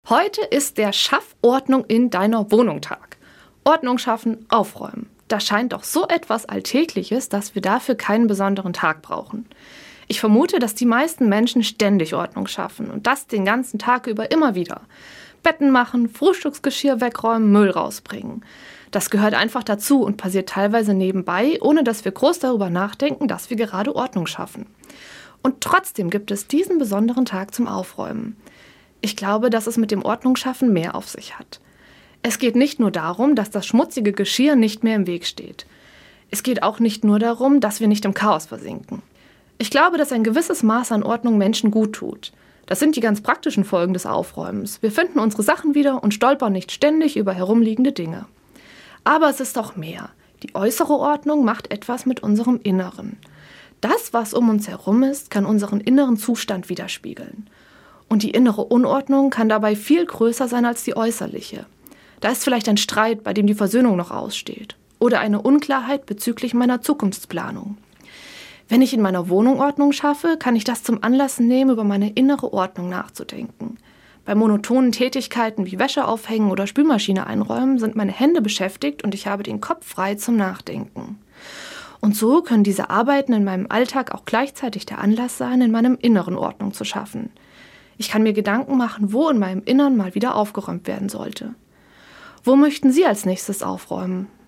Heute ist der Schaffordnung in deiner Wohnung Tag. Ordnung schaffen, aufräumen. Das scheint doch so etwas Alltägliches, dass wir dafür keinen besonderen Tag brauchen. Ich vermute, dass die meisten Menschen ständig Ordnung schaffen und das den ganzen Tag über immer wieder. Betten machen, Frühstücksgeschirr wegräumen, Müll rausbringen. Das gehört einfach dazu und passiert teilweise nebenbei, ohne dass wir groß darüber nachdenken, dass wir gerade Ordnung schaffen. Und trotzdem gibt es diesen besonderen Tag zum Aufräumen. Ich glaube, dass es mit dem Ordnungsschaffen mehr auf sich hat. Es geht nicht nur darum, dass das schmutzige Geschirr nicht mehr im Weg steht. Es geht auch nicht nur darum, dass wir nicht im Chaos versinken. Ich glaube, dass ein gewisses Maß an Ordnung Menschen gut tut. Das sind die ganz praktischen Folgen des Aufräumens. Wir finden unsere Sachen wieder und stolpern nicht ständig über herumliegende Dinge. Aber es ist auch mehr. Die äußere Ordnung macht etwas mit unserem Inneren. Das, was um uns herum ist, kann unseren inneren Zustand widerspiegeln. Und die innere Unordnung kann dabei viel größer sein als die äußerliche. Da ist vielleicht ein Streit, bei dem die Versöhnung noch aussteht. Oder eine Unklarheit bezüglich meiner Zukunftsplanung. Wenn ich in meiner Wohnung Ordnung schaffe, kann ich das zum Anlass nehmen, über meine innere Ordnung nachzudenken. Bei monotonen Tätigkeiten wie Wäsche aufhängen oder Spülmaschine einräumen sind meine Hände beschäftigt und ich habe den Kopf frei zum Nachdenken. Und so können diese Arbeiten in meinem Alltag auch gleichzeitig der Anlass sein, in meinem Inneren Ordnung zu schaffen. Ich kann mir Gedanken machen, wo in meinem Innern mal wieder aufgeräumt werden sollte. Wo möchten Sie als nächstes aufräumen?